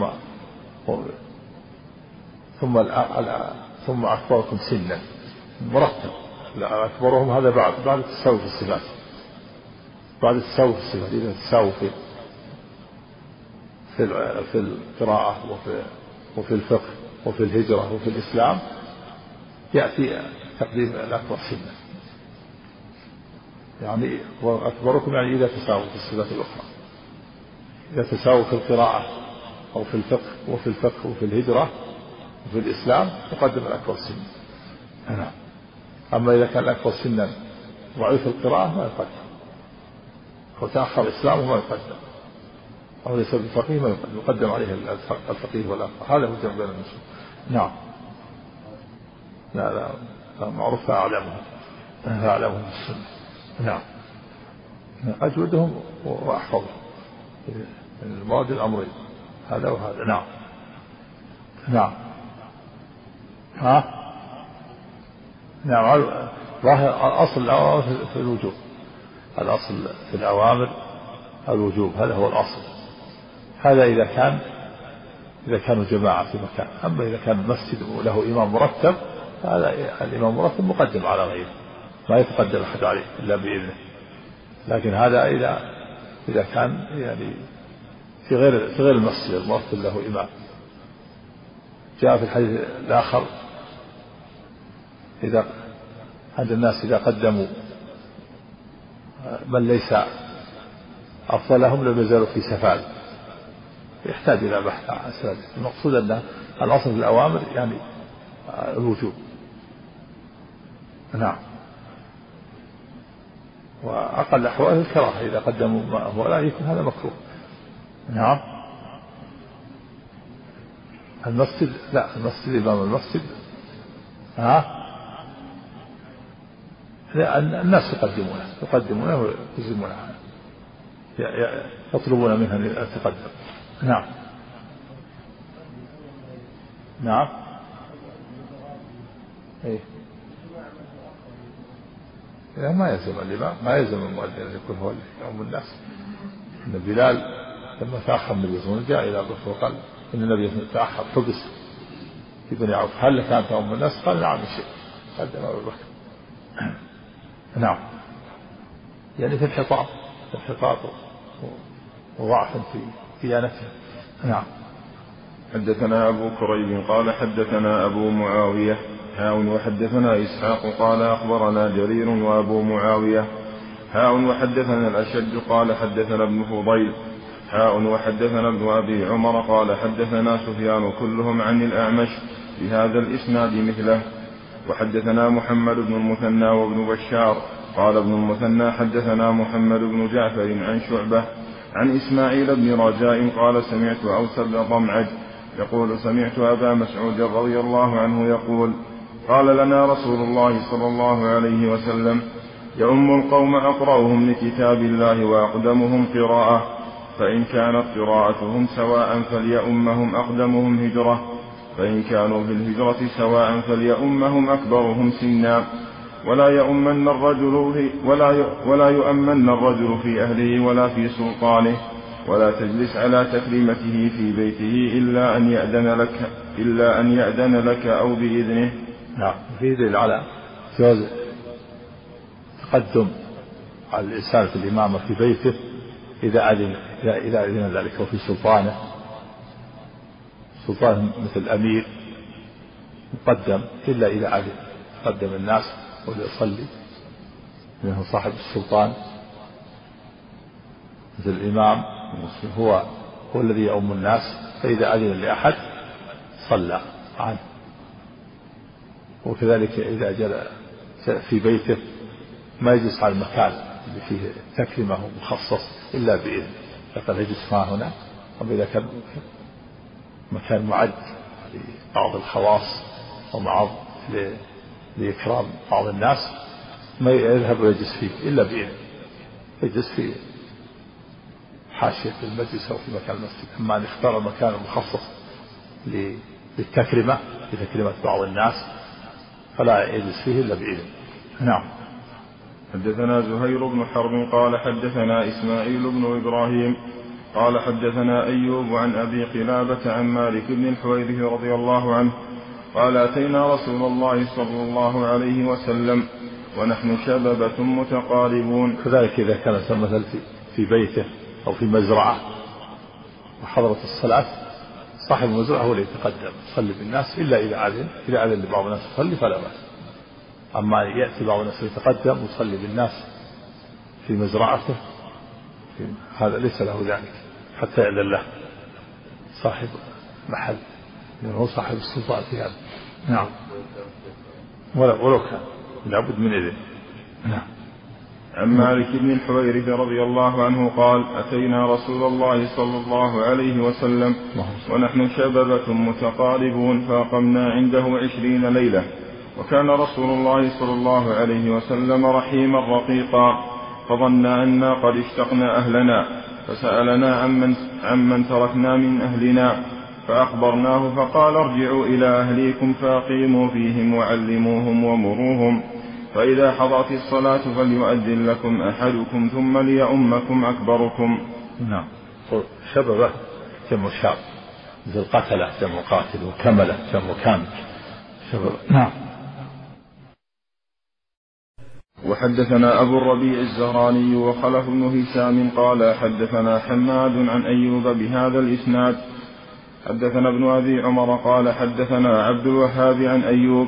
ثم أكبركم سنا مرتب، لا أكبرهم هذا بعد التساوي في الصفات، بعد التساوي في الصفات. إذا التساوي في القراءة وفي الفقه وفي الهجرة وفي الإسلام يأتي تقديم الأكبر سنا، يعني وأكبركم يعني إذا تساووا في الصفات الأخرى، إذا تساووا في القراءة أو في الفقه وفي الهجرة وفي الإسلام يقدم الأكبر سنا. أما إذا كان الأكبر سنا ضعيف القراءة ما يقدم، أو تأخر إسلامه ما يقدم، أو ليس بالفقيه ما يقدم عليه الفقيه والأفقه. هذا هو الجمع بين النصوص. نعم. لا معروف أعلمهم السنة. نعم أجودهم وأحفظهم المراد الأمرين هذا وهذا. نعم. نعم الأصل الأوامر في الوجوب، الأصل في الأوامر الوجوب، هذا هو الأصل. هذا إذا كانوا جماعة في مكان. أما إذا كان مسجد وله إمام مرتب فهذا الإمام المرتب مقدم على غيره، ما يتقدم أحد عليه إلا بإذنه. لكن هذا إذا كان يعني في غير المسجد المرتب له إمام. جاء في الحديث الآخر إذا عند الناس إذا قدموا من ليس أفضلهم لم يزالوا في سفال، يحتاج إلى بحث عن أسباب. المقصود أن الأصل في الأوامر يعني الوجوب. نعم. وأقل أحواله الكراهة إذا قدموا ما هو لا يكون هذا مكروه. نعم. المسجد لا، المسجد إمام المسجد الناس يقدمونه ويلزمونه، يطلبون منها أن تقدم. نعم. نعم. إيه. لا، ما يلزم الإمام، ما يلزم المؤذن أن يكون هو يؤم الناس. إن بلال لما تأخر النبي صلى الله عليه وسلم جاء إلى أبي بكر وقال إن النبي تأخر حبس في بني عوف، هل لك أن تؤم الناس؟ قال نعم شيء، قدم أبو بكر. نعم. يعني في انحطاط وضعف في ديانته. نعم. حدثنا أبو كريب قال حدثنا أبو معاوية وحدثنا إسحاق قال أخبرنا جرير وأبو معاوية وحدثنا الأشج قال حدثنا ابن فضيل وحدثنا ابن أبي عمر قال حدثنا سفيان كلهم عن الأعمش بهذا الإسناد مثله. وحدثنا محمد بن المثنى وابن بشار قال ابن المثنى حدثنا محمد بن جعفر عن شعبة عن إسماعيل بن رجاء قال سمعت أوس بن ضمعج يقول سمعت أبا مسعود رضي الله عنه يقول قال لنا رسول الله صلى الله عليه وسلم يؤم القوم أقرأهم لكتاب الله وأقدمهم قراءة، فإن كانت قراءتهم سواء فليؤمهم أقدمهم هجرة، فإن كانوا في الهجرة سواء فليؤمهم أكبرهم سنا، ولا يؤمن الرجل في أهله ولا في سلطانه، ولا تجلس على تكريمته في بيته إلا أن يأذن لك أو بإذنه. نعم. في دليل على جواز تقدم على الإنسان في الإمامة في بيته إذا أذن ذلك، وفي سلطانه مثل الأمير مقدم إلا إذا أذن، قدم الناس وليصلي لأنه صاحب السلطان، مثل الإمام هو الذي يؤم الناس، فإذا أذن لأحد صلى عنه. وكذلك إذا جلس في بيته ما يجلس على المكان اللي فيه تكريمه مخصص إلا بإذن، فقد يجلس هنا. أما إذا كان مكان معد لبعض الخواص ومعض لإكرام بعض الناس ما يذهب ويجلس فيه إلا بإذن، يجلس في حاشية المجلس أو في مكان المسجد. أما أن يختار المكان المخصص للتكريمة لتكريمة بعض الناس فلا يجلس فيه إلا بإذن. نعم. حدثنا زهير بن حرب قال حدثنا إسماعيل بن إبراهيم قال حدثنا أيوب عن أبي قلابة عن مالك بن الحويرث رضي الله عنه قال أتينا رسول الله صلى الله عليه وسلم ونحن شببة متقاربون. كذلك إذا كان مثلا في بيته أو في مزرعة وحضرت الصلاة، صاحب المزرعة هو اللي يتقدم يصلي بالناس إلا إذا أذن لبعض الناس يصلي فلا بأس. أما يأتي بعض الناس يتقدم ويصلي بالناس في مزرعته هذا ليس له ذلك حتى يأذن له صاحب محل، لأنه هو صاحب السلطان في هذا. نعم. ولو كان لابد من إذن. نعم. عن مالك بن الحويرث رضي الله عنه قال أتينا رسول الله صلى الله عليه وسلم ونحن شببة متقاربون فأقمنا عنده 20 ليلة، وكان رسول الله صلى الله عليه وسلم رحيما رقيقا، فظنا أنا قد اشتقنا أهلنا فسألنا عمن تركنا من أهلنا فأخبرناه فقال ارجعوا إلى أهليكم فأقيموا فيهم وعلموهم ومروهم، فإذا حضرت الصلاة فليؤذن لكم أحدكم ثم ليؤمكم أكبركم. نعم. شببه جمع شاب، مثل قتلة جمع قاتل، وكملة جمع كامل. نعم. وحدثنا أبو الربيع الزهراني وخلف بن هشام قال حدثنا حماد عن أيوب بهذا الإسناد. حدثنا ابن أبي عمر قال حدثنا عبد الوهاب عن أيوب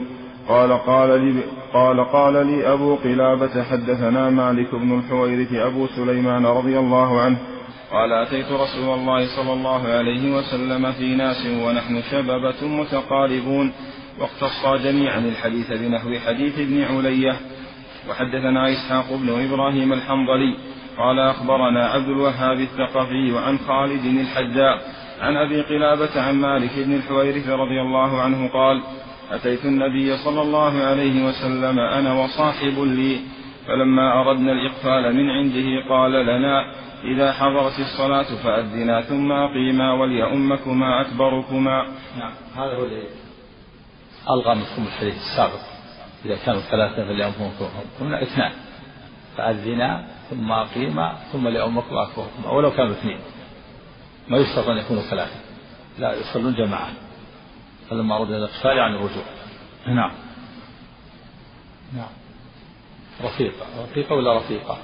قال لي أبو قلابة حدثنا مالك بن الحويرث أبو سليمان رضي الله عنه قال أتيت رسول الله صلى الله عليه وسلم في ناس ونحن شببة متقاربون، واقتصا جميعا الحديث بنحو حديث ابن علية. وحدثنا إسحاق بن إبراهيم الحنظلي قال أخبرنا عبد الوهاب الثقفي عن خالد الحذاء عن أبي قلابة عن مالك بن الحويرث رضي الله عنه قال أتيت النبي صلى الله عليه وسلم أنا وصاحب لي فلما أردنا الإقفال من عنده قال لنا إذا حضرت الصلاة فأذنا ثم أقيما وليؤمكما أكبركما. نعم هذا هو الذي ألغى منكم الحديث السابق إذا كانوا ثلاثة فليؤمكم هنا اثنان فأذنا ثم أقيما ثم ليؤمكما أكبركما ولو كانوا اثنين ما يشترط أن يكونوا ثلاثة لا يصلون جماعة فلما أردنا الإقفال عن الرجوع. نعم نعم رفيقة ولا رفيقة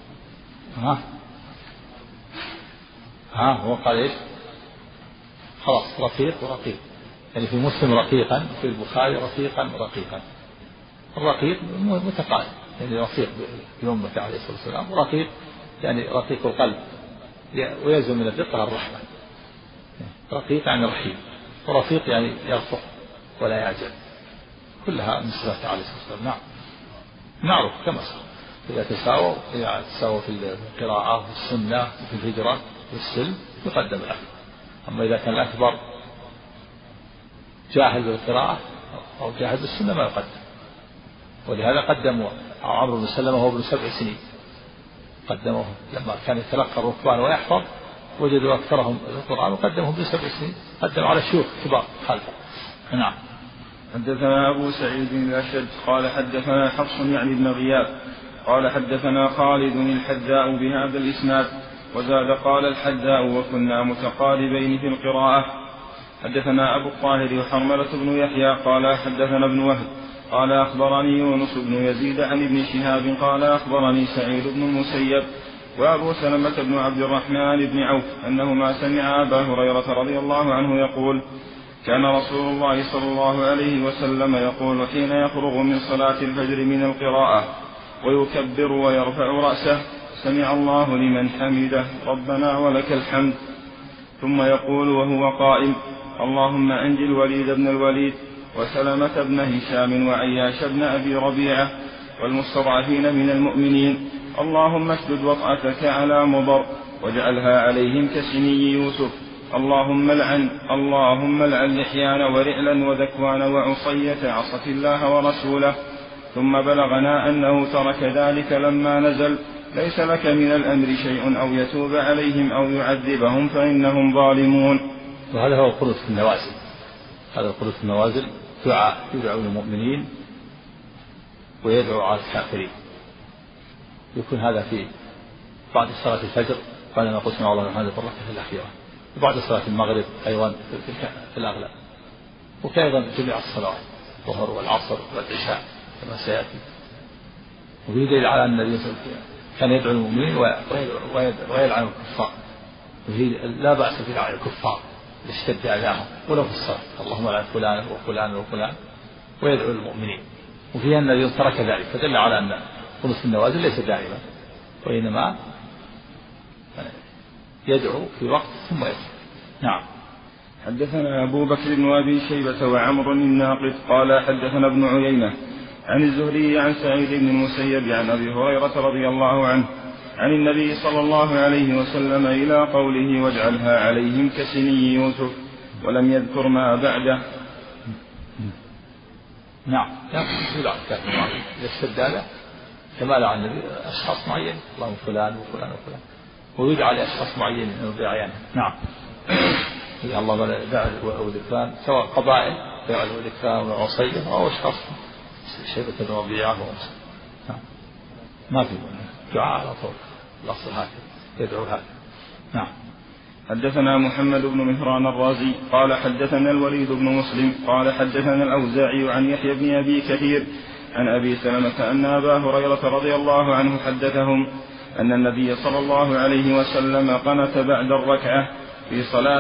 هو قال إيش خلاص رفيق ورقيق يعني في مسلم رقيقا في البخاري رفيقا ورقيقا. الرقيق متقارب يعني رفيق بأمة عليه الصلاة والسلام ورقيق يعني رقيق القلب ويلزم من الرقة الرحمة. رقيق يعني رحيم ورفيق يعني يرفق ولا يعجل كلها من صفات عليه الصلاة والسلام. نعم معروف كما إذا تساووا في القراءة في السنة في الهجرة في السلم يقدم الأكبر. أما إذا كان الأكبر جاهل بالقراءة أو جاهل بالسنة ما يقدم. ولهذا قدموا عمرو بن سلمة وهو ابن 7 سنين قدموه لما كان يتلقى الركبان ويحفظ وجدوا أكثرهم القرآن وقدمهم ب7 سنين قدموا على شيوخ كبار خلفه. نعم. حدثنا أبو سعيد الأشج قال حدثنا حفص يعني بن غياث قال حدثنا خالد الحذاء بهذا الإسناد وزاد قال الحذاء وكنا متقاربين في القراءة. حدثنا أبو الطاهر وحرملة بن يحيى قال حدثنا ابن وهب قال أخبرني يونس بن يزيد عن ابن شهاب قال أخبرني سعيد بن المسيب وأبو سلمة بن عبد الرحمن بن عوف أنهما سمع أبا هريرة رضي الله عنه يقول كان رسول الله صلى الله عليه وسلم يقول حين يفرغ من صلاة الفجر من القراءة ويكبر ويرفع رأسه سمع الله لمن حمده ربنا ولك الحمد ثم يقول وهو قائم اللهم أنجِ الوليد بن الوليد وسلمة بن هشام وعياش بن أبي ربيعة والمستضعفين من المؤمنين اللهم اشدد وطأتك على مضر واجعلها عليهم كسني يوسف اللهم لعن لحيان ورعلا وذكوان وعصية عصت الله ورسوله ثم بلغنا أنه ترك ذلك لما نزل ليس لك من الأمر شيء أو يتوب عليهم أو يعذبهم فإنهم ظالمون. وهذا هو القنوت في النوازل. هذا القنوت في النوازل دعاء يدعو للمؤمنين ويدعو على الكافرين. يكون هذا في بعد صلاة الفجر بعد ما قسم الله هذا الركعة الأخيرة وبعد صلاة المغرب أيضا في الأغلب وفي أيضا جميع الصلوات الظهر والعصر والعشاء كما سيأتي. وفي دليل على أن النبي صلى الله عليه وسلم كان يدعو المؤمنين ويلعن الكفار. وهي لا بأس في لعن الكفار لاشتد أذاهم ولو في الصلاة اللهم لعن فلان وفلان وفلان ويدعو المؤمنين. وفيها أن النبي ترك ذلك فدل على أن قنوت النوازل ليس دائما وإنما يدعو في وقت ثم يدعو. نعم. حدثنا أبو بكر بن أبي شيبة وعمر الناقد قال حدثنا ابن عيينة عن الزهري عن سعيد بن المسيب عن أبي هريرة رضي الله عنه عن النبي صلى الله عليه وسلم إلى قوله واجعلها عليهم كسني يوسف ولم يذكر ما بعده. نعم يلعن كافر إذا اشتد هذا كما لعن النبي أشخاص معين اللهم فلان وفلان وفلان ويجعل أشخاص معين بعيانهم. نعم. اللهم دع الذكران سواء قبائل دع الذكران وعصية أو أشخاص شيبة بن ربيعة نعم. ما في دعاء على طول الأصل هكذا يدعو هكذا. نعم. حدثنا محمد بن مهران الرازي قال حدثنا الوليد بن مسلم قال حدثنا الأوزاعي عن يحيى بن أبي كثير عن أبي سلمة أن أبا هريرة رضي الله عنه حدثهم أن النبي صلى الله عليه وسلم قنت بعد الركعة في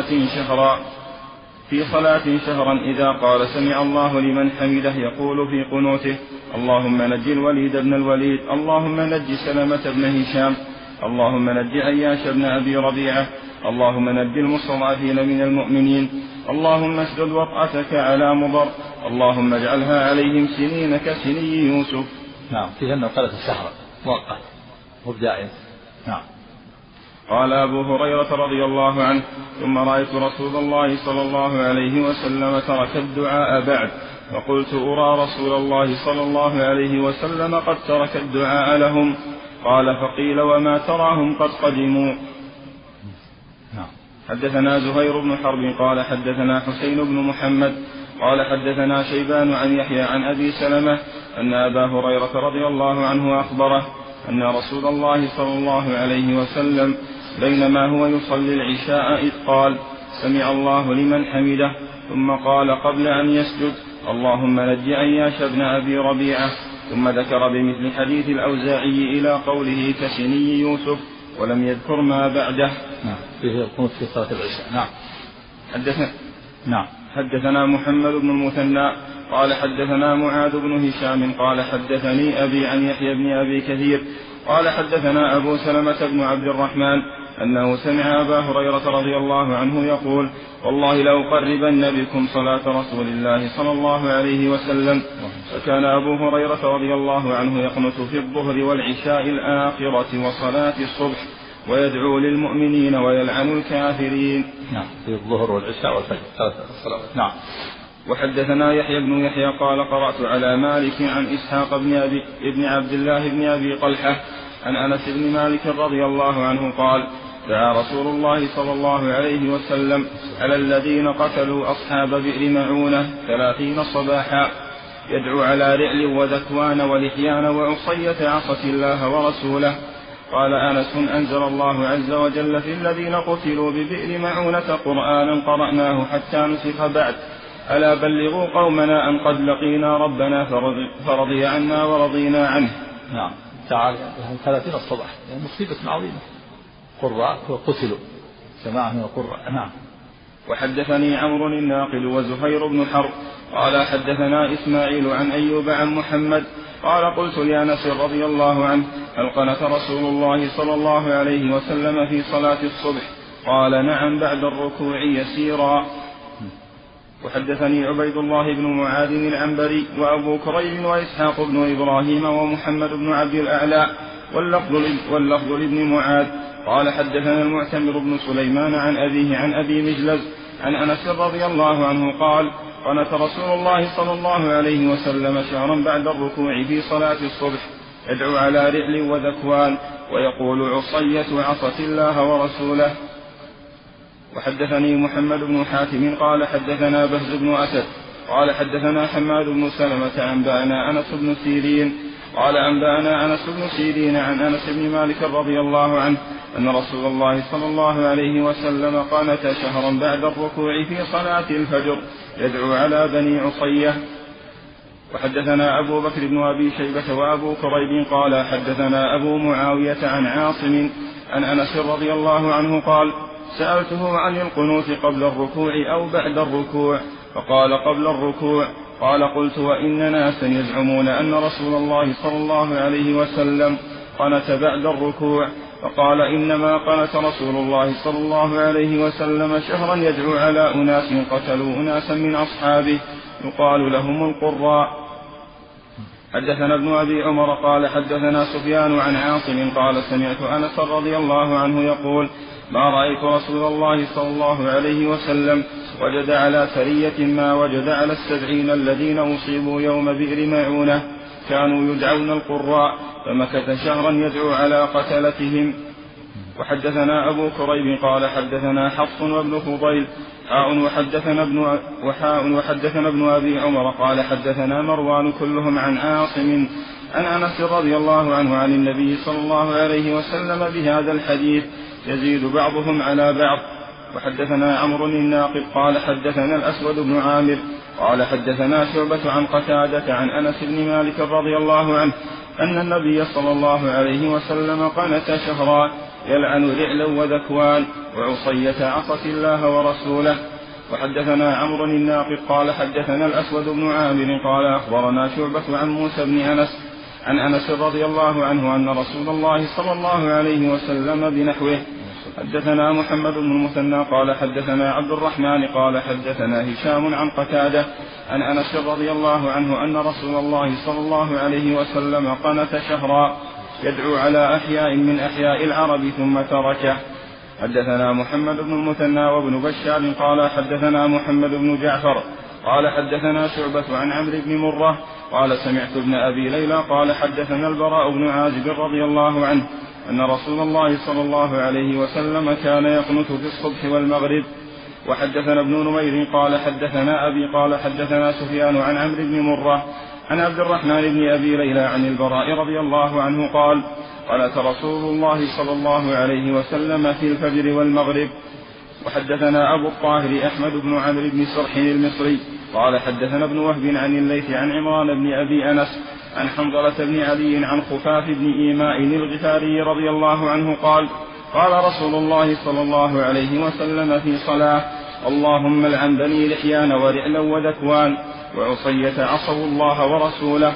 صلاة شهرا إذا قال سمع الله لمن حمده يقول في قنوته اللهم نج الوليد بن الوليد اللهم نج سلمة بن هشام اللهم نج عياش بن أبي ربيعة اللهم نج المستضعفين من المؤمنين اللهم اشدد وطأتك على مضر اللهم اجعلها عليهم سنين كسني يوسف نعم فيه أنه قالت الشهر موقت مبدأ. نعم. قال أبو هريرة رضي الله عنه ثم رأيت رسول الله صلى الله عليه وسلم ترك الدعاء بعد فقلت أرى رسول الله صلى الله عليه وسلم قد ترك الدعاء لهم. قال فقيل وما تراهم قد قدموا. حدثنا زهير بن حرب قال حدثنا حسين بن محمد قال حدثنا شيبان عن يحيى عن أبي سلمة أن أبا هريرة رضي الله عنه أخبره أن رسول الله صلى الله عليه وسلم بينما هو يصلي العشاء إذ قال سمع الله لمن حمده ثم قال قبل أن يسجد اللهم نج عياش بن أبي ربيعة ثم ذكر بمثل حديث الأوزاعي إلى قوله كسني يوسف ولم يذكر ما بعده. نعم فيه القنوت في صلاة العشاء. نعم. حدثنا محمد بن المثنى قال حدثنا معاذ بن هشام قال حدثني أبي عن يحيى بن أبي كثير قال حدثنا أبو سلمة بن عبد الرحمن أنه سمع أبا هريرة رضي الله عنه يقول والله لأقربن بكم صلاة رسول الله صلى الله عليه وسلم. فكان أبو هريرة رضي الله عنه يقنت في الظهر والعشاء الآخرة وصلاة الصبح ويدعو للمؤمنين ويلعن الكافرين. نعم في الظهر والعشاء والفجر ثلاث صلوات. نعم. وحدثنا يحيى بن يحيى قال قرأت على مالك عن إسحاق بن عبد الله بن أبي طلحة عن أنس بن مالك رضي الله عنه قال دعا رسول الله صلى الله عليه وسلم على الذين قتلوا أصحاب بئر معونة 30 صباحا يدعو على رعل وذكوان ولحيان وعصية عصت الله ورسوله. قال أنس أنزل الله عز وجل في الذين قتلوا ببئر معونة قرآنا قرأناه حتى نسخ بعد ألا بلغوا قومنا أن قد لقينا ربنا فرضي عنا ورضينا عنه. نعم تعالى 30 الصباح يعني مصيبة عظيمة قراء وقتلوا جماعة من القراء. نعم. وحدثني عمرو الناقل وزهير بن حرب قال حدثنا إسماعيل عن أيوب عن محمد قال قلت لأنس رضي الله عنه هل قنت رسول الله صلى الله عليه وسلم في صلاة الصبح؟ قال نعم بعد الركوع يسيرا. وحدثني عبيد الله بن معاذ العنبري وأبو كريب وإسحاق بن إبراهيم ومحمد بن عبد الأعلى واللفظ لابن معاذ قال حدثنا المعتمر بن سليمان عن أبيه عن أبي مجلز عن أنس رضي الله عنه قال قنت رسول الله صلى الله عليه وسلم شهرا بعد الركوع في صلاة الصبح يدعو على رعل وذكوان ويقول عصية عصت الله ورسوله. وحدثني محمد بن حاتم قال حدثنا بهز بن أسد قال حدثنا حماد بن سلمة أنبأنا أنس بن سيرين قال أنبأنا أنس بن سيرين عن أنس بن مالك رضي الله عنه أن رسول الله صلى الله عليه وسلم قنت شهرا بعد الركوع في صلاة الفجر يدعو على بني عصية. وحدثنا أبو بكر بن أبي شيبة وأبو كريب قال حدثنا أبو معاوية عن عاصم عن أنس رضي الله عنه قال سألته عن القنوت قبل الركوع أو بعد الركوع فقال قبل الركوع. قال قلت وإن ناسا يزعمون أن رسول الله صلى الله عليه وسلم قنت بعد الركوع فقال إنما قنت رسول الله صلى الله عليه وسلم شهرا يدعو على أناس قتلوا أناسا من أصحابه يقال لهم القراء. حدثنا ابن أبي عمر قال حدثنا سفيان عن عاصم قال سمعت أنس رضي الله عنه يقول ما رأيت رسول الله صلى الله عليه وسلم وجد على سرية ما وجد على 70 الذين أصيبوا يوم بئر معونة كانوا يدعون القراء فمكث شهرا يدعو على قتلتهم. وحدثنا أبو كريب قال حدثنا حفص وابن فضيل وحدثنا ابن أبي عمر قال حدثنا مروان كلهم عن عاصم عن أنس رضي الله عنه عن النبي صلى الله عليه وسلم بهذا الحديث يزيد بعضهم على بعض. وحدثنا عمرو الناقد قال حدثنا الأسود بن عامر قال حدثنا شعبة عن قتادة عن أنس بن مالك رضي الله عنه أن النبي صلى الله عليه وسلم قنت شهرا يلعن رعلا وذكوان وعصية عصت الله ورسوله. وحدثنا عمرو الناقد قال حدثنا الأسود بن عامر قال أخبرنا شعبة عن موسى بن أنس عن أنس رضي الله عنه أن رسول الله صلى الله عليه وسلم بنحوه حدثنا محمد بن المثنى قال حدثنا عبد الرحمن قال حدثنا هشام عن قتادة عن أنس رضي الله عنه أن رسول الله صلى الله عليه وسلم قنت شهرا يدعو على أحياء من أحياء العرب ثم تركه. حدثنا محمد بن المثنى وابن بشار قال حدثنا محمد بن جعفر قال حدثنا شعبة عن عمرو بن مرة قال سمعت ابن أبي ليلى قال حدثنا البراء بن عازب رضي الله عنه أن رسول الله صلى الله عليه وسلم كان يقنت في الصبح والمغرب. وحدثنا ابن نمير قال حدثنا أبي قال حدثنا سفيان عن عمرو بن مرة عن عبد الرحمن بن أبي ليلى عن البراء رضي الله عنه قال قالت رسول الله صلى الله عليه وسلم في الفجر والمغرب. وحدثنا أبو الطاهر أحمد بن عمرو بن سرح المصري قال حدثنا ابن وهب عن الليث عن عمران بن أبي أنس عن حنظلة بن علي عن خفاف بن إيماء الغفاري رضي الله عنه قال قال رسول الله صلى الله عليه وسلم في صلاة اللهم العن بني لحيان ورعلا وذكوان وعصية عصوا الله ورسوله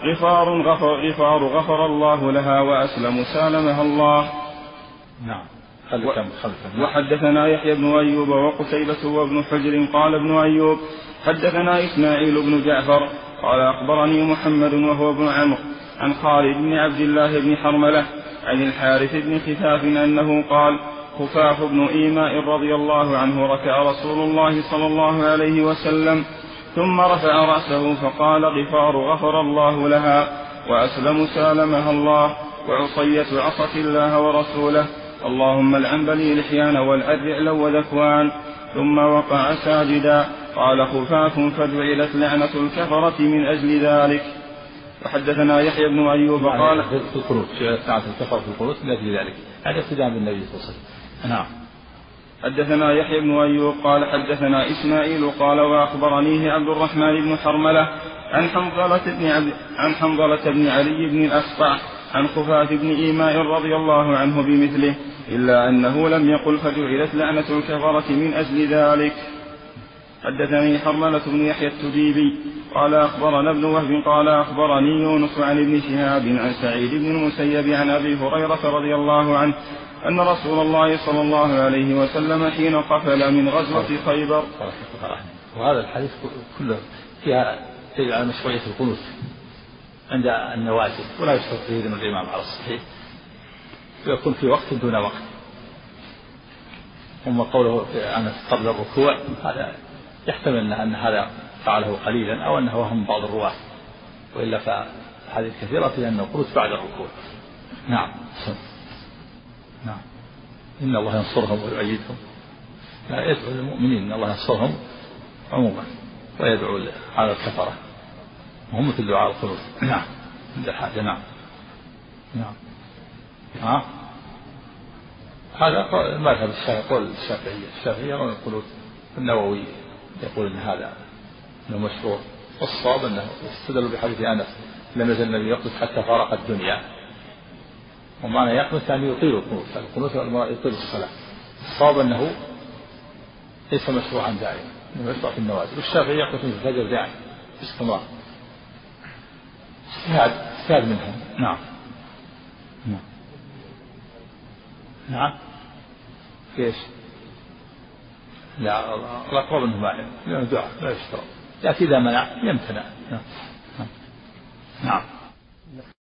غفر الله لها وأسلم سالمها الله. نعم. وحدثنا يحيى بن أيوب وقتيبة وابن حجر قال ابن أيوب حدثنا إسماعيل بن جعفر قال أخبرني محمد وهو ابن عمرو عن خالد بن عبد الله بن حرملة عن الحارث بن خفاف أنه قال خفاف بن إيماء رضي الله عنه ركع رسول الله صلى الله عليه وسلم ثم رفع رأسه فقال غفر الله لها وأسلم سالمها الله وعصية عصت الله ورسوله اللهم العن بني لحيان والأرعل وذكوان ثم وقع ساجدا. قال خفاف فجعلت لعنة الكفرة من أجل ذلك. وحدثنا يحيى بن أيوب قال في القنوت جعلت لعنة الكفرة في القنوت من أجل ذلك هذا اقتداء بالنبي صلى الله عليه وسلم. نعم. حدثنا يحيى بن أيوب قال حدثنا إسماعيل قال وأخبرنيه عبد الرحمن بن حرملة عن حنظلة بن علي بن الأسقع عن خفاف بن إيماء رضي الله عنه بمثله إلا أنه لم يقل فجعلت لعنة الكفرة من أجل ذلك. حدثني حرملة بن يحيى التجيبي قال أخبرنا ابن وهب قال أخبرني يونس عن ابن شهاب عن سعيد بن المسيب عن أبي هريرة رضي الله عنه أن رسول الله صلى الله عليه وسلم حين قفل من غزوة خيبر. وهذا الحديث كله فيها دليل على مشروعية القنوت عند النوازل ولا يشترط فيه إذن الإمام على الصحيح ويكون في وقت دون وقت. ثم قوله أن قبل الركوع هذا يحتمل أن هذا فعله قليلا أو أنه وهم بعض الرواة وإلا فهذه كثيرة في أن القنوت بعد الركوع. نعم. نعم. إن الله ينصرهم ويؤيدهم لا يدعو للمؤمنين إن الله ينصرهم عموما ويدعو على الكفرة وهم مثل دعاء القنوت. نعم. عند الحاجة. نعم. نعم. هذا مذهب قول الشافعية من القنوت. النووي يقول إن هذا إنه مشروع والصواب أنه استدل بحديث أنس لم يزل النبي يقنت حتى فارق الدنيا ومعنى يقنت أن يطيل القنوت القنوت يطيل الصلاة. الصواب أنه ليس مشروعا دائما إنه يشرع في النوازل. والشافعي يقنت في الفجر دائما باستمرار اجتهاد منهم. نعم. نعم. نعم. ايش؟ لا الأقرب أنه مانع لأنه دعاء لا يشترط لكن إذا منع يمتنع. نعم. نعم.